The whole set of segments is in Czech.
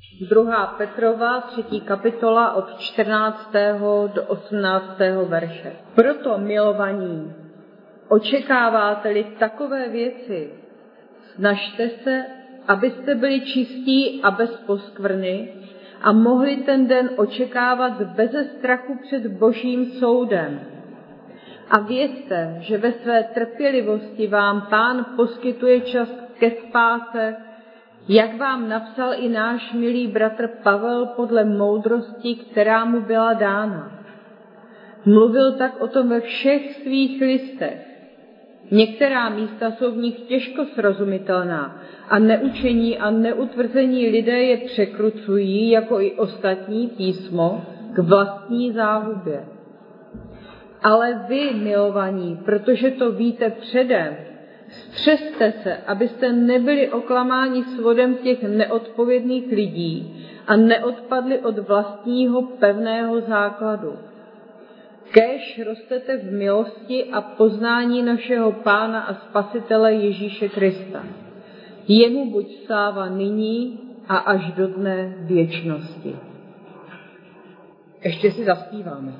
2. Petrova, 3. kapitola od 14. do 18. verše. Proto, milovaní, očekáváte-li takové věci, snažte se, abyste byli čistí a bez poskvrny a mohli ten den očekávat beze strachu před Božím soudem. A vězte, že ve své trpělivosti vám Pán poskytuje čas ke spáse, jak vám napsal i náš milý bratr Pavel podle moudrosti, která mu byla dána. Mluvil tak o tom ve všech svých listech. Některá místa jsou v nich těžko srozumitelná a neučení a neutvrzení lidé je překrucují, jako i ostatní písmo, k vlastní záhubě. Ale vy, milovaní, protože to víte předem, střežte se, abyste nebyli oklamáni svodem těch neodpovědných lidí a neodpadli od vlastního pevného základu. Kéž rostete v milosti a poznání našeho Pána a Spasitele Ježíše Krista. Jemu buď sláva nyní a až do dne věčnosti. Ještě si zaspíváme.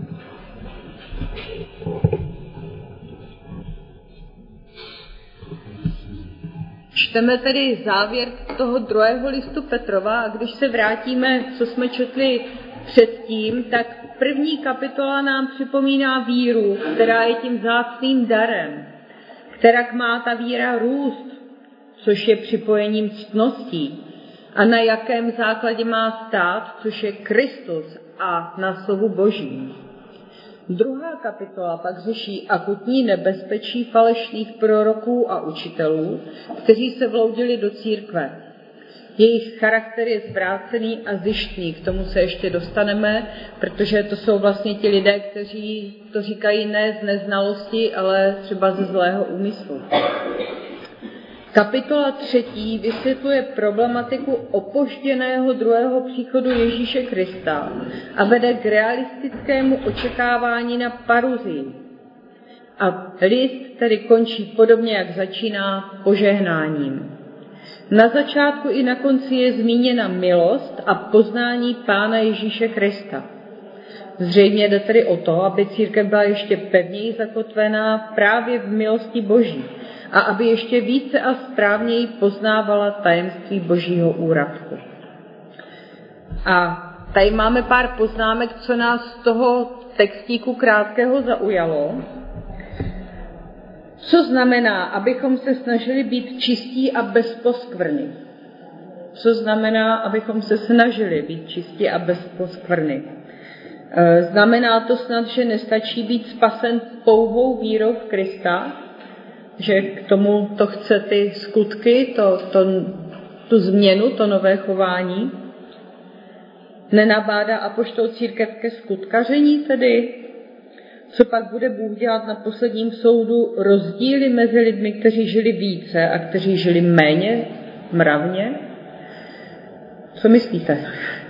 Čteme tedy závěr toho 2. listu Petrova a když se vrátíme, co jsme četli předtím, tak 1. kapitola nám připomíná víru, která je tím vzácným darem, kterak má ta víra růst, což je připojením ctností, a na jakém základě má stát, což je Kristus a na slovu Božím. 2. kapitola pak řeší akutní nebezpečí falešných proroků a učitelů, kteří se vloudili do církve. Jejich charakter je zvrácený a zištný, k tomu se ještě dostaneme, protože to jsou vlastně ti lidé, kteří to říkají ne z neznalosti, ale třeba ze zlého úmyslu. Kapitola 3. vysvětluje problematiku opožděného druhého příchodu Ježíše Krista a vede k realistickému očekávání na paruzii. A list tedy končí podobně, jak začíná, požehnáním. Na začátku i na konci je zmíněna milost a poznání Pána Ježíše Krista. Zřejmě jde tedy o to, aby církev byla ještě pevněji zakotvená právě v milosti Boží a aby ještě více a správněji poznávala tajemství Božího úradku. A tady máme pár poznámek, co nás z toho textíku krátkého zaujalo. Co znamená, abychom se snažili být čistí a bez poskvrny? Co znamená, abychom se snažili být čistí a bez poskvrny? Znamená to snad, že nestačí být spasen pouhou vírou v Krista, že k tomu to chce ty skutky, tu změnu, to nové chování? Nenabádá apoštol církev ke skutkaření tedy? Co pak bude Bůh dělat na posledním soudu? Rozdíly mezi lidmi, kteří žili více a kteří žili méně mravně? Co myslíte?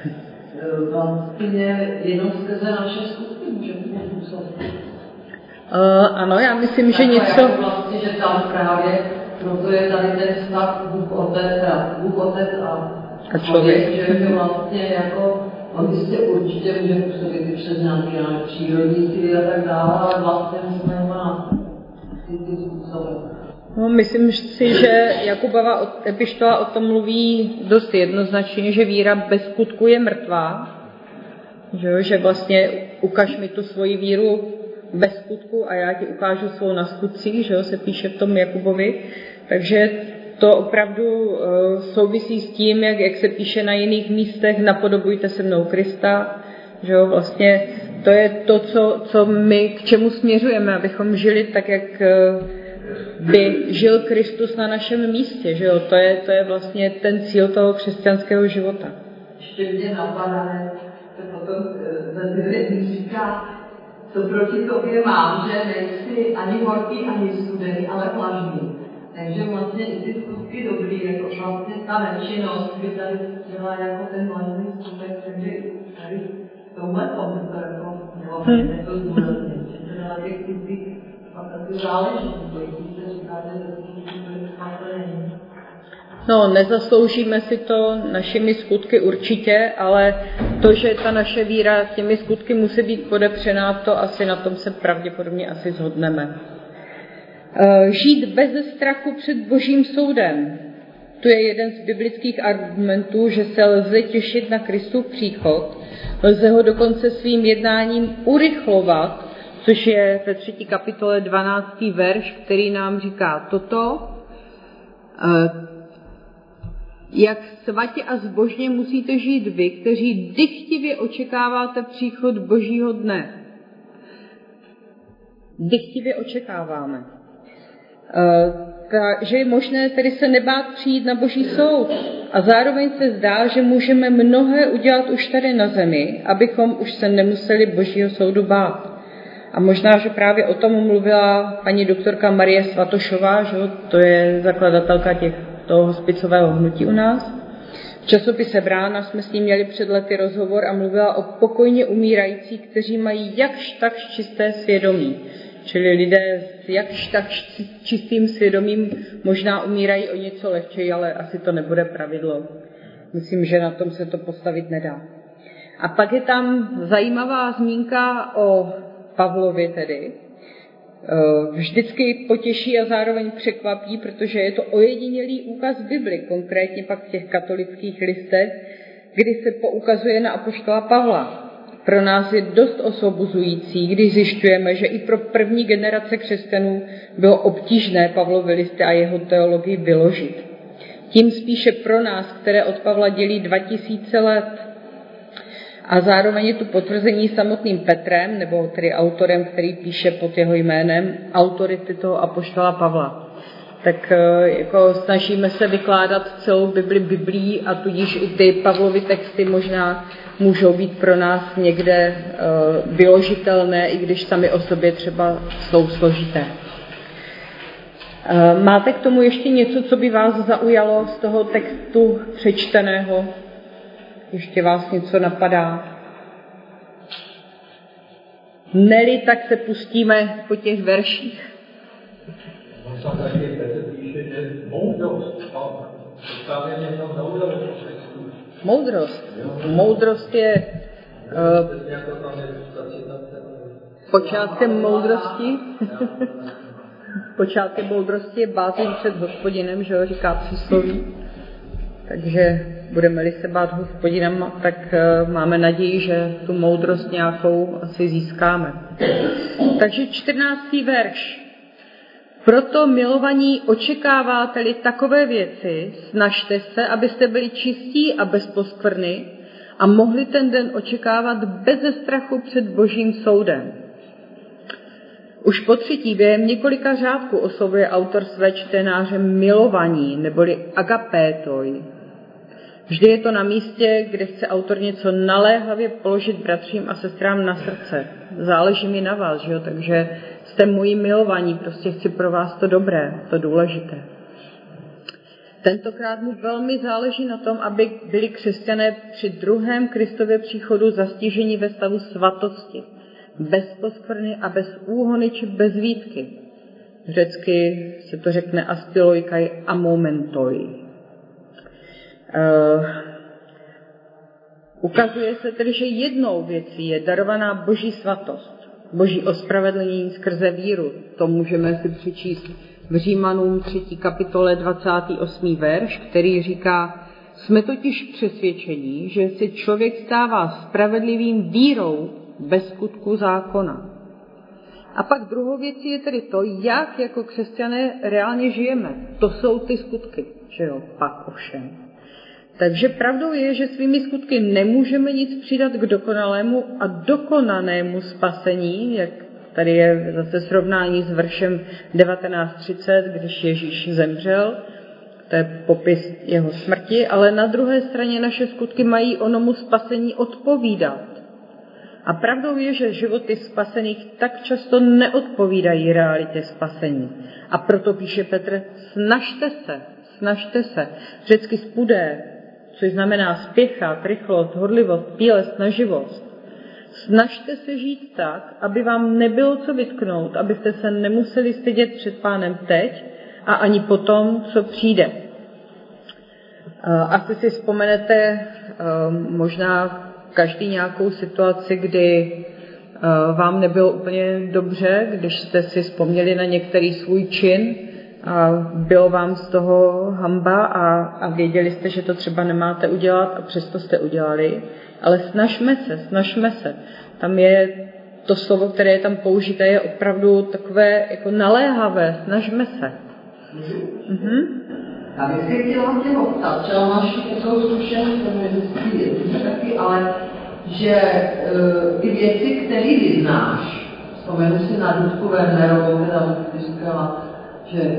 Vlastně jenom skrze naše skutky můžeme způsobit. Ano, já myslím, že něco... Vlastně, že tam právě, proto je tady ten vztah Bůh Otec a člověk, že vlastně jako on jistě určitě může působit i přes nějaké přírodní síly a tak dále, ale vlastně jsme má ty způsoby. No, myslím si, že Jakubova epištola o tom mluví dost jednoznačně, že víra bez skutku je mrtvá. Že vlastně ukaž mi tu svoji víru bez skutku a já ti ukážu svou na skutcích, že se píše v tom Jakubovi. Takže to opravdu souvisí s tím, jak se píše na jiných místech, napodobujte se mnou Krista, že jo, vlastně to je to, co my, k čemu směřujeme, abychom žili tak, jak by žil Kristus na našem místě, že jo, to je vlastně ten cíl toho křesťanského života. Ještě mě napadá, že potom říká, co proti tobě mám, že nejsi ani horký, ani studený, ale vlažný. Takže vlastně i ty skutky dobrý, jako vlastně ta nečinnost by tady byla jako ten vlažný skutek, takže tady v tomhle tomu to jako mělo to zdůraznit. Že teda na těch skutcích pak taky záleží, když se říká, že to skutky byly spátené. No, nezasloužíme si to našimi skutky určitě, ale to, že ta naše víra těmi skutky musí být podepřená, to asi na tom se pravděpodobně asi shodneme. Žít bez strachu před Božím soudem. To je jeden z biblických argumentů, že se lze těšit na Kristův příchod, lze ho dokonce svým jednáním urychlovat, což je ve 3. kapitole 12. verš, který nám říká toto. Jak svatě a zbožně musíte žít vy, kteří dychtivě očekáváte příchod Božího dne. Dychtivě očekáváme. Takže je možné tedy se nebát přijít na Boží soud. A zároveň se zdá, že můžeme mnohé udělat už tady na zemi, abychom už se nemuseli Božího soudu bát. A možná, že právě o tom mluvila paní doktorka Marie Svatošová, že? To je zakladatelka toho hospicového hnutí u nás. V časopise Brána jsme s ní měli před lety rozhovor a mluvila o pokojně umírajících, kteří mají jakž tak čisté svědomí. Čili lidé s jakž tak čistým svědomím možná umírají o něco lehčej, ale asi to nebude pravidlo. Myslím, že na tom se to postavit nedá. A pak je tam zajímavá zmínka o Pavlovi tedy. Vždycky potěší a zároveň překvapí, protože je to ojedinělý úkaz Bibli, konkrétně pak v těch katolických listech, kdy se poukazuje na apoštola Pavla. Pro nás je dost osvobozující, když zjišťujeme, že i pro první generace křesťanů bylo obtížné Pavlovy listy a jeho teologii vyložit. Tím spíše pro nás, které od Pavla dělí 2000 let. A zároveň je tu potvrzení samotným Petrem, nebo tedy autorem, který píše pod jeho jménem, autority toho apoštola Pavla. Tak jako snažíme se vykládat celou Bibli Biblií a tudíž i ty Pavlovy texty možná můžou být pro nás někde vyložitelné, i když sami o sobě třeba jsou složité. Máte k tomu ještě něco, co by vás zaujalo z toho textu přečteného? Ještě vás něco napadá? Neli, tak se pustíme po těch verších. Moudrost je počátkem moudrosti. Počátkem moudrosti je bázeň před Hospodinem, že jo, říká přísloví. Takže budeme-li se bát Hospodinem, tak máme naději, že tu moudrost nějakou asi získáme. Takže 14. verš. Proto, milovaní, očekáváte-li takové věci, snažte se, abyste byli čistí a bez poskvrny a mohli ten den očekávat beze strachu před Božím soudem. Už po třetí během několika řádků oslovuje autor své čtenáře milovaní, neboli agapétoj. Vždy je to na místě, kde chce autor něco naléhavě položit bratřím a sestrám na srdce. Záleží mi na vás, že jo? Takže jste moji milovaní, prostě chci pro vás to dobré, to důležité. Tentokrát mu velmi záleží na tom, aby byli křesťané při druhém Kristově příchodu zastiženi ve stavu svatosti, bez poskvrny a bez úhony či bez výtky. Řecky se to řekne astiloikai a momentoi. Ukazuje se tedy, že jednou věcí je darovaná Boží svatost, Boží ospravedlnění skrze víru. To můžeme si přečíst v Římanům 3. kapitole 28. verš, který říká: jsme totiž přesvědčení, že se člověk stává spravedlivým vírou bez skutku zákona. A pak druhou věcí je tedy to, jak jako křesťané reálně žijeme. To jsou ty skutky, že jo, pak ovšem. Takže pravdou je, že svými skutky nemůžeme nic přidat k dokonalému a dokonanému spasení, jak tady je zase srovnání s veršem 19:30, když Ježíš zemřel, to je popis jeho smrti, ale na druhé straně naše skutky mají onomu spasení odpovídat. A pravdou je, že životy spasených tak často neodpovídají realitě spasení. A proto píše Petr: snažte se, řecky spudé, což znamená spěchat, rychlost, horlivost, píle, snaživost. Snažte se žít tak, aby vám nebylo co vytknout, abyste se nemuseli stydět před Pánem teď a ani potom, co přijde. Asi si vzpomenete možná každý nějakou situaci, kdy vám nebylo úplně dobře, když jste si vzpomněli na některý svůj čin a bylo vám z toho hanba a věděli jste, že to třeba nemáte udělat a přesto jste udělali. Ale snažme se. Tam je to slovo, které je tam použité, je opravdu takové jako naléhavé. Snažme se. Já bych se chtěla tě optat, třeba máš takovou zkušenost, taky, ale že ty věci, které vyznáš, vzpomenu si na Dudku Wernerovou, která ty říkala, že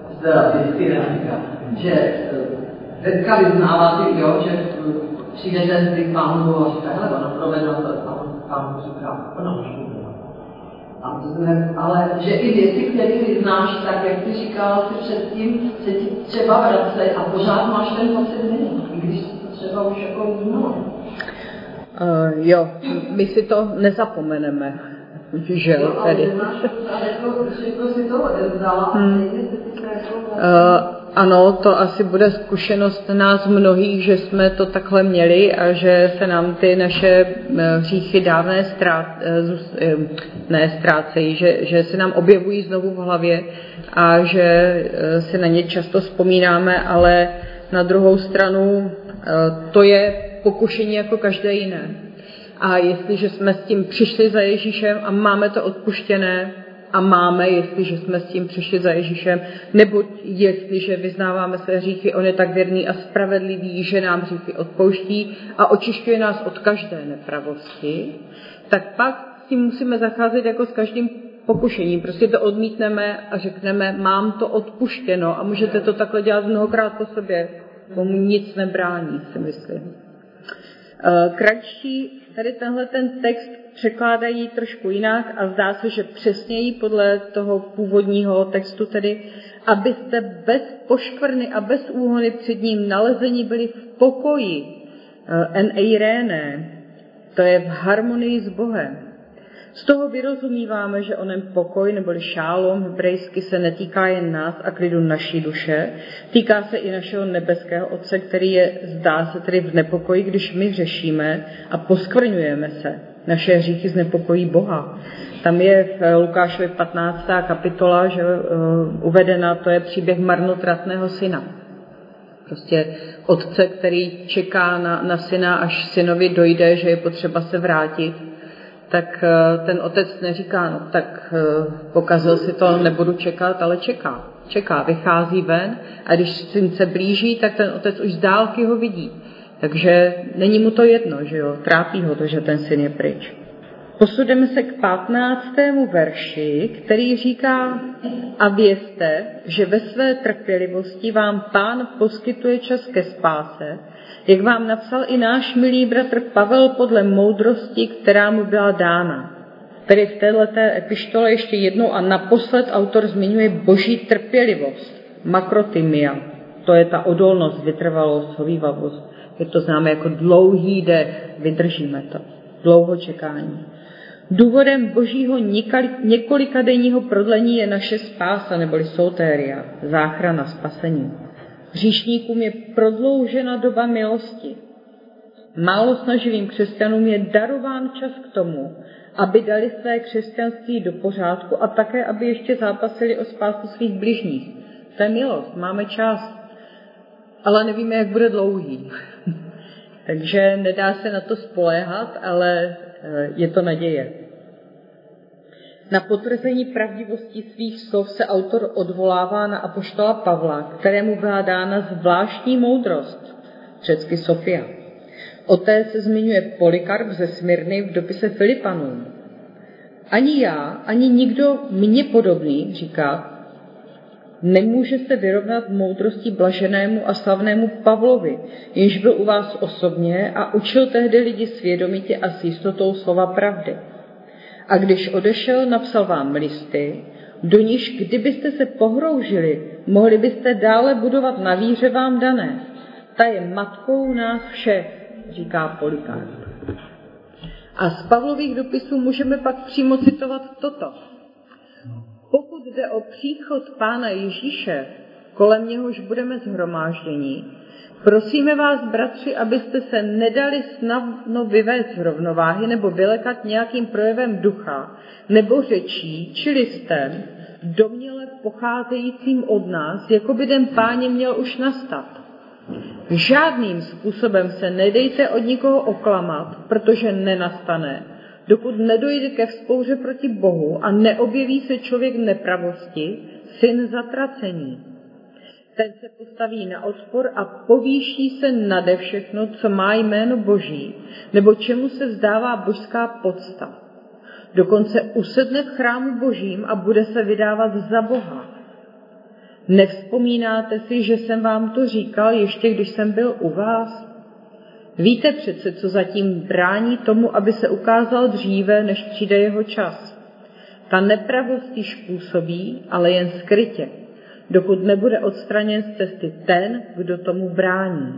Vedka vyznává ty, jo, že přijde ten zvyk Pánu Bohu a říká, hele, ona provedla to, a Pán Bohu říká, ona už nebyla. Ale že i věci, které vyznáš, tak jak ty říkala si předtím, se ti třeba vracej a pořád máš ten pocit není, i když si to třeba už jako uznala. Jo, my si to nezapomeneme, že jo, tady. Ano, to asi bude zkušenost nás mnohých, že jsme to takhle měli a že se nám ty naše hříchy dávné ztrácejí, že se nám objevují znovu v hlavě a že si na ně často vzpomínáme, ale na druhou stranu to je pokušení jako každé jiné. A jestliže jsme s tím přišli za Ježíšem a máme to odpuštěné, jestliže jsme s tím přišli za Ježíšem, nebo jestliže vyznáváme své hříchy, on je tak věrný a spravedlivý, že nám hříchy odpouští a očišťuje nás od každé nepravosti, tak pak s tím musíme zacházet jako s každým pokušením. Prostě to odmítneme a řekneme, mám to odpuštěno a můžete to takhle dělat mnohokrát po sobě, tomu nic nebrání, si myslím. Kratší tady tenhle ten text překládají trošku jinak a zdá se, že přesněji podle toho původního textu tedy, abyste bez poškvrny a bez úhony před ním nalezení byli v pokoji, en eirene, to je v harmonii s Bohem. Z toho vyrozumíváme, že onen pokoj neboli šálom hebrejsky se netýká jen nás a klidu naší duše, týká se i našeho nebeského Otce, který je, zdá se tedy v nepokoji, když my řešíme a poskvrňujeme se. Naše hříchy znepokojí Boha. Tam je v Lukášově 15. kapitola, že uvedena, to je příběh marnotratného syna. Prostě otce, který čeká na syna, až synovi dojde, že je potřeba se vrátit, tak ten otec neříká, no tak pokazil si to, nebudu čekat, ale čeká, vychází ven a když syn se blíží, tak ten otec už z dálky ho vidí. Takže není mu to jedno, že jo, trápí ho to, že ten syn je pryč. Posudeme se k 15. verši, který říká, a vězte, že ve své trpělivosti vám Pán poskytuje čas ke spáse, jak vám napsal i náš milý bratr Pavel podle moudrosti, která mu byla dána. Tedy v této epištole ještě jednou a naposled autor zmiňuje boží trpělivost, makrotymia. To je ta odolnost, vytrvalost, hovívavost. Je to známe jako dlouhý dech, vydržíme to, dlouho čekání. Důvodem božího několikadenního prodlení je naše spása, neboli sotéria, záchrana, spasení. Hříšníkům je prodloužena doba milosti. Málo snaživým křesťanům je darován čas k tomu, aby dali své křesťanství do pořádku a také, aby ještě zápasili o spásu svých bližních. To je milost, máme čas, ale nevíme, jak bude dlouhý. Takže nedá se na to spoléhat, ale je to naděje. Na potvrzení pravdivosti svých slov se autor odvolává na apoštola Pavla, kterému byla dána zvláštní moudrost, řecky Sofia. O té se zmiňuje Polykarp ze Smyrny v dopise Filipanům. Ani já, ani nikdo mně podobný, říká, nemůže se vyrovnat moudrosti blaženému a slavnému Pavlovi, jenž byl u vás osobně a učil tehdy lidi svědomitě a s jistotou slova pravdy. A když odešel, napsal vám listy, do níž, kdybyste se pohroužili, mohli byste dále budovat na víře vám dané. Ta je matkou nás všech, říká Polykarp. A z Pavlových dopisů můžeme pak přímo citovat toto. Pokud jde o příchod Pána Ježíše, kolem něhož budeme shromážděni, Prosíme vás, bratři, abyste se nedali snadno vyvést z rovnováhy nebo vylekat nějakým projevem ducha nebo řečí či listem, domněle pocházejícím od nás, jako by den Páně měl už nastat. Žádným způsobem se nedejte od nikoho oklamat, protože nenastane, dokud nedojde ke vzpouře proti Bohu a neobjeví se člověk nepravosti, syn zatracení. Ten se postaví na odpor a povýší se nade všechno, co má jméno Boží, nebo čemu se vzdává božská podsta. Dokonce usedne v chrámu Božím a bude se vydávat za Boha. Nevzpomínáte si, že jsem vám to říkal, ještě když jsem byl u vás? Víte přece, co zatím brání tomu, aby se ukázal dříve, než přijde jeho čas. Ta nepravost již působí, ale jen skrytě, dokud nebude odstraněn z cesty ten, kdo tomu brání.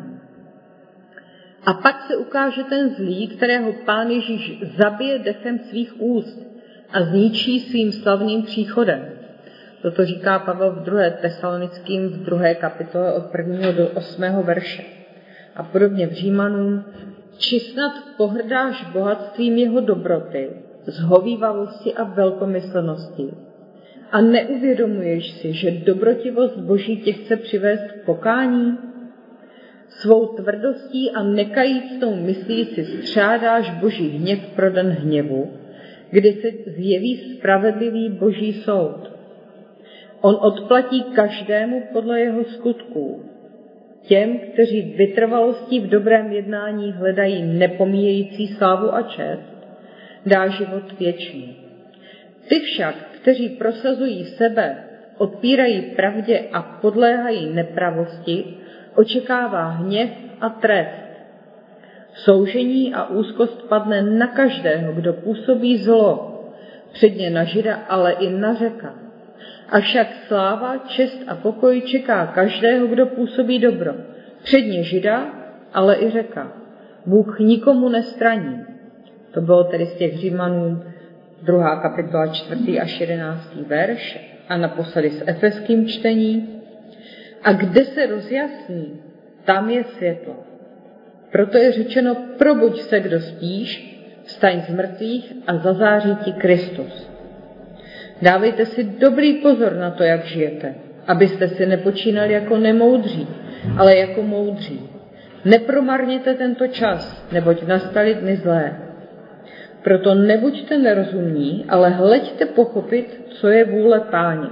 A pak se ukáže ten zlý, kterého Pán Ježíš zabije dechem svých úst a zničí svým slavným příchodem. Toto říká Pavel v 2. Tesalonickým v 2. kapitole od 1. do 8. verše. A podobně v Římanům, či snad pohrdáš bohatstvím jeho dobroty, zhovívavosti a velkomyslnosti. A neuvědomuješ si, že dobrotivost Boží tě chce přivést k pokání? Svou tvrdostí a nekajícnou myslí si střádáš Boží hněv pro den hněvu, kdy se zjeví spravedlivý Boží soud. On odplatí každému podle jeho skutků. Těm, kteří vytrvalostí v dobrém jednání hledají nepomíjející slávu a čest, dá život věčný. Ty však, kteří prosazují sebe, odpírají pravdě a podléhají nepravosti, očekává hněv a trest. Soužení a úzkost padne na každého, kdo působí zlo, předně na Žida, ale i na Řeka. Avšak sláva, čest a pokoj čeká každého, kdo působí dobro, předně Žida, ale i Řeka. Bůh nikomu nestraní. To bylo tedy z těch Římanů 2. kapitola 4. až 11. verš a naposledy s efeským čtení. A kde se rozjasní, tam je světlo. Proto je řečeno, probuď se, kdo spíš, vstaň z mrtvých a zazáří ti Kristus. Dávejte si dobrý pozor na to, jak žijete, abyste si nepočínali jako nemoudří, ale jako moudří. Nepromarněte tento čas, neboť nastaly dny zlé. Proto nebuďte nerozumní, ale hleďte pochopit, co je vůle Páně.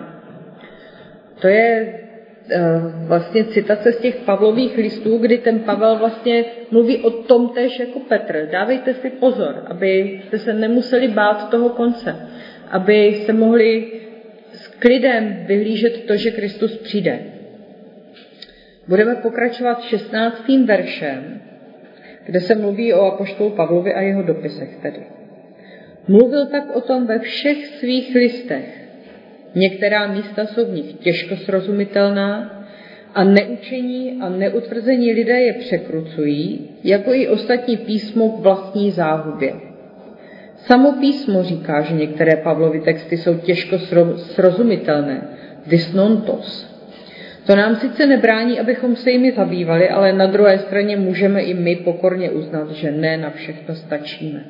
To je vlastně citace z těch Pavlových listů, kdy ten Pavel vlastně mluví o tom též jako Petr. Dávejte si pozor, abyste se nemuseli bát toho konce, aby se mohli s klidem vyhlížet to, že Kristus přijde. Budeme pokračovat 16. veršem, kde se mluví o apoštolu Pavlovi a jeho dopisech tedy. Mluvil tak o tom ve všech svých listech. Některá místa jsou v nich těžko srozumitelná a neučení a neutvrzení lidé je překrucují, jako i ostatní písmo k vlastní záhubě. Samo písmo říká, že některé Pavlovy texty jsou těžko srozumitelné, dysnontos. To nám sice nebrání, abychom se jimi zabývali, ale na druhé straně můžeme i my pokorně uznat, že ne na všechno stačíme.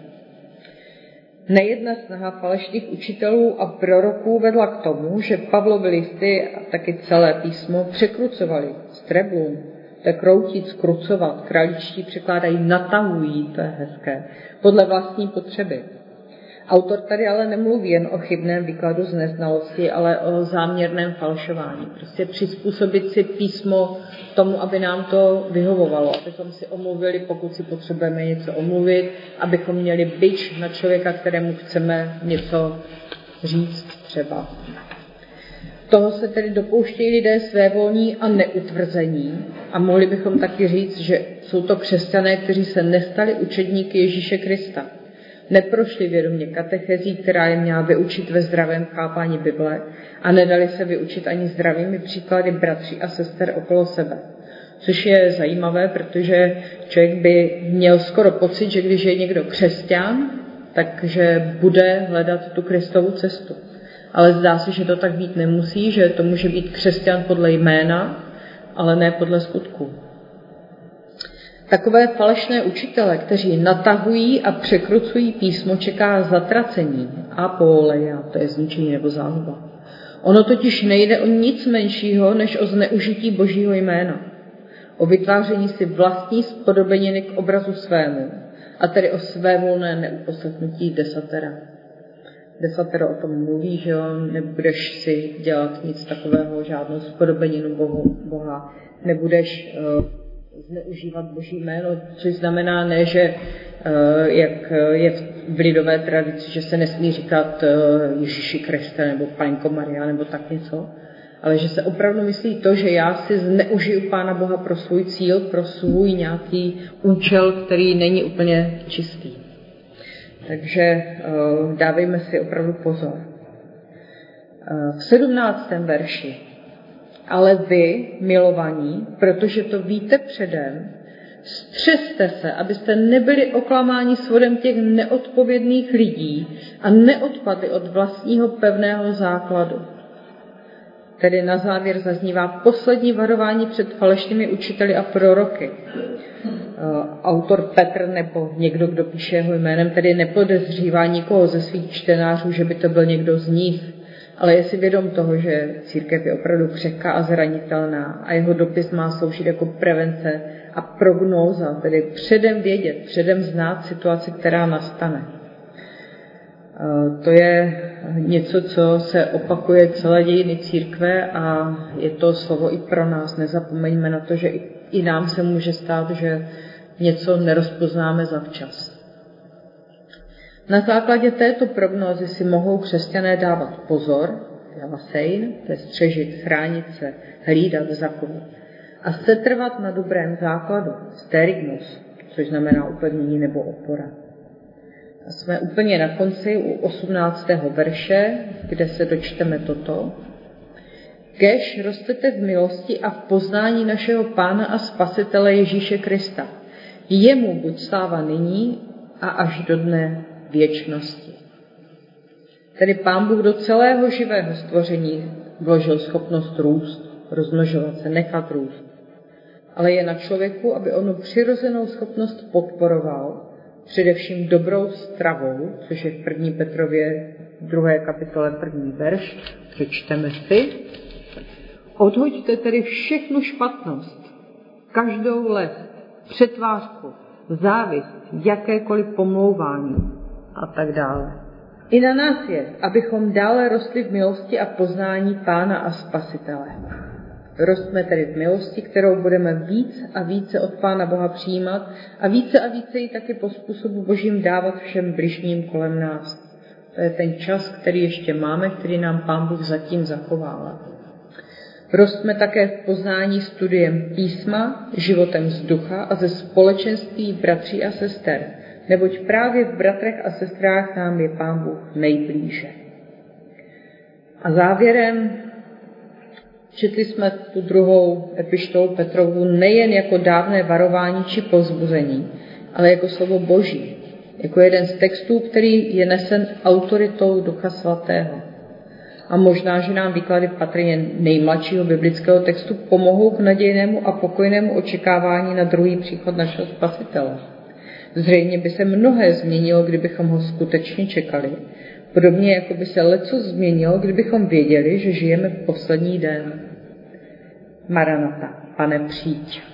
Nejedna snaha falešných učitelů a proroků vedla k tomu, že Pavlovy listy a taky celé písmo překrucovali, streblum, to je kroutit, skrucovat, kraličtí překládají natahují, to je hezké, podle vlastní potřeby. Autor tady ale nemluví jen o chybném výkladu z neznalosti, ale o záměrném falšování. Prostě přizpůsobit si písmo tomu, aby nám to vyhovovalo, abychom si omluvili, pokud si potřebujeme něco omluvit, abychom měli bič na člověka, kterému chceme něco říct třeba. Toho se tedy dopouštějí lidé svévolní a neutvrzení a mohli bychom taky říct, že jsou to křesťané, kteří se nestali učedníky Ježíše Krista. Neprošli vědomě katechezí, která je měla vyučit ve zdravém chápání Bible a nedali se vyučit ani zdravými příklady bratří a sester okolo sebe. Což je zajímavé, protože člověk by měl skoro pocit, že když je někdo křesťan, takže bude hledat tu Kristovu cestu. Ale zdá se, že to tak být nemusí, že to může být křesťan podle jména, ale ne podle skutku. Takové falešné učitele, kteří natahují a překrucují písmo, čeká zatracení a poleja, to je zničení nebo záhuba. Ono totiž nejde o nic menšího, než o zneužití Božího jména, o vytváření si vlastní spodobeniny k obrazu svému, a tedy o svévolné neuposlechnutí desatera. Desatero o tom mluví, že jo, nebudeš si dělat nic takového, žádnou spodobeninu Boha, nebudeš zneužívat Boží jméno, což znamená ne, že jak je v lidové tradici, že se nesmí říkat Ježíši Kriste nebo Panko Maria nebo tak něco, ale že se opravdu myslí to, že já si zneužiju Pána Boha pro svůj cíl, pro svůj nějaký účel, který není úplně čistý. Takže dávejme si opravdu pozor. V 17. verši. Ale vy, milovaní, protože to víte předem, střežte se, abyste nebyli oklamáni svodem těch neodpovědných lidí a neodpadli od vlastního pevného základu. Tedy na závěr zaznívá poslední varování před falešnými učiteli a proroky. Autor Petr nebo někdo, kdo píše jeho jménem, tedy nepodezřívá nikoho ze svých čtenářů, že by to byl někdo z nich, ale je si vědom toho, že církev je opravdu křehká a zranitelná a jeho dopis má sloužit jako prevence a prognóza, tedy předem vědět, předem znát situaci, která nastane. To je něco, co se opakuje celé dějiny církve a je to slovo i pro nás. Nezapomeňme na to, že i nám se může stát, že něco nerozpoznáme zavčas. Na základě této prognózy si mohou křesťané dávat pozor, javasein, to je střežit, chránit se, hlídat, zachovat a setrvat na dobrém základu, sterigmus, což znamená upevnění nebo opora. A jsme úplně na konci u 18. verše, kde se dočteme toto. Kéž rostete v milosti a v poznání našeho Pána a Spasitele Ježíše Krista. Jemu buď sláva nyní a až do dne věčnosti. Tedy Pán Bůh do celého živého stvoření vložil schopnost růst, rozmnožovat se, nechat růst. Ale je na člověku, aby onu přirozenou schopnost podporoval, především dobrou stravou, což je v 1. Petrově 2. kapitole 1. verš, přečteme si. Odhoďte tedy všechnu špatnost, každou lež, přetvářku, závist, jakékoliv pomlouvání a tak dále. I na nás je, abychom dále rostli v milosti a poznání Pána a Spasitele. Rostme tedy v milosti, kterou budeme víc a více od Pána Boha přijímat a více ji taky po způsobu Božím dávat všem bližním kolem nás. To je ten čas, který ještě máme, který nám Pán Bůh zatím zachovává. Rostme také v poznání studiem písma, životem z ducha a ze společenství bratří a sester, neboť právě v bratrech a sestrách nám je Pán Bůh nejblíže. A závěrem četli jsme tu druhou epištolu Petrovu nejen jako dávné varování či povzbuzení, ale jako slovo Boží, jako jeden z textů, který je nesen autoritou Ducha Svatého. A možná, že nám výklady patrně nejmladšího biblického textu pomohou k nadějnému a pokojnému očekávání na druhý příchod našeho Spasitele. Zřejmě by se mnohé změnilo, kdybychom ho skutečně čekali. Podobně jako by se leco změnilo, kdybychom věděli, že žijeme v poslední den. Maranata, Pane, přijď.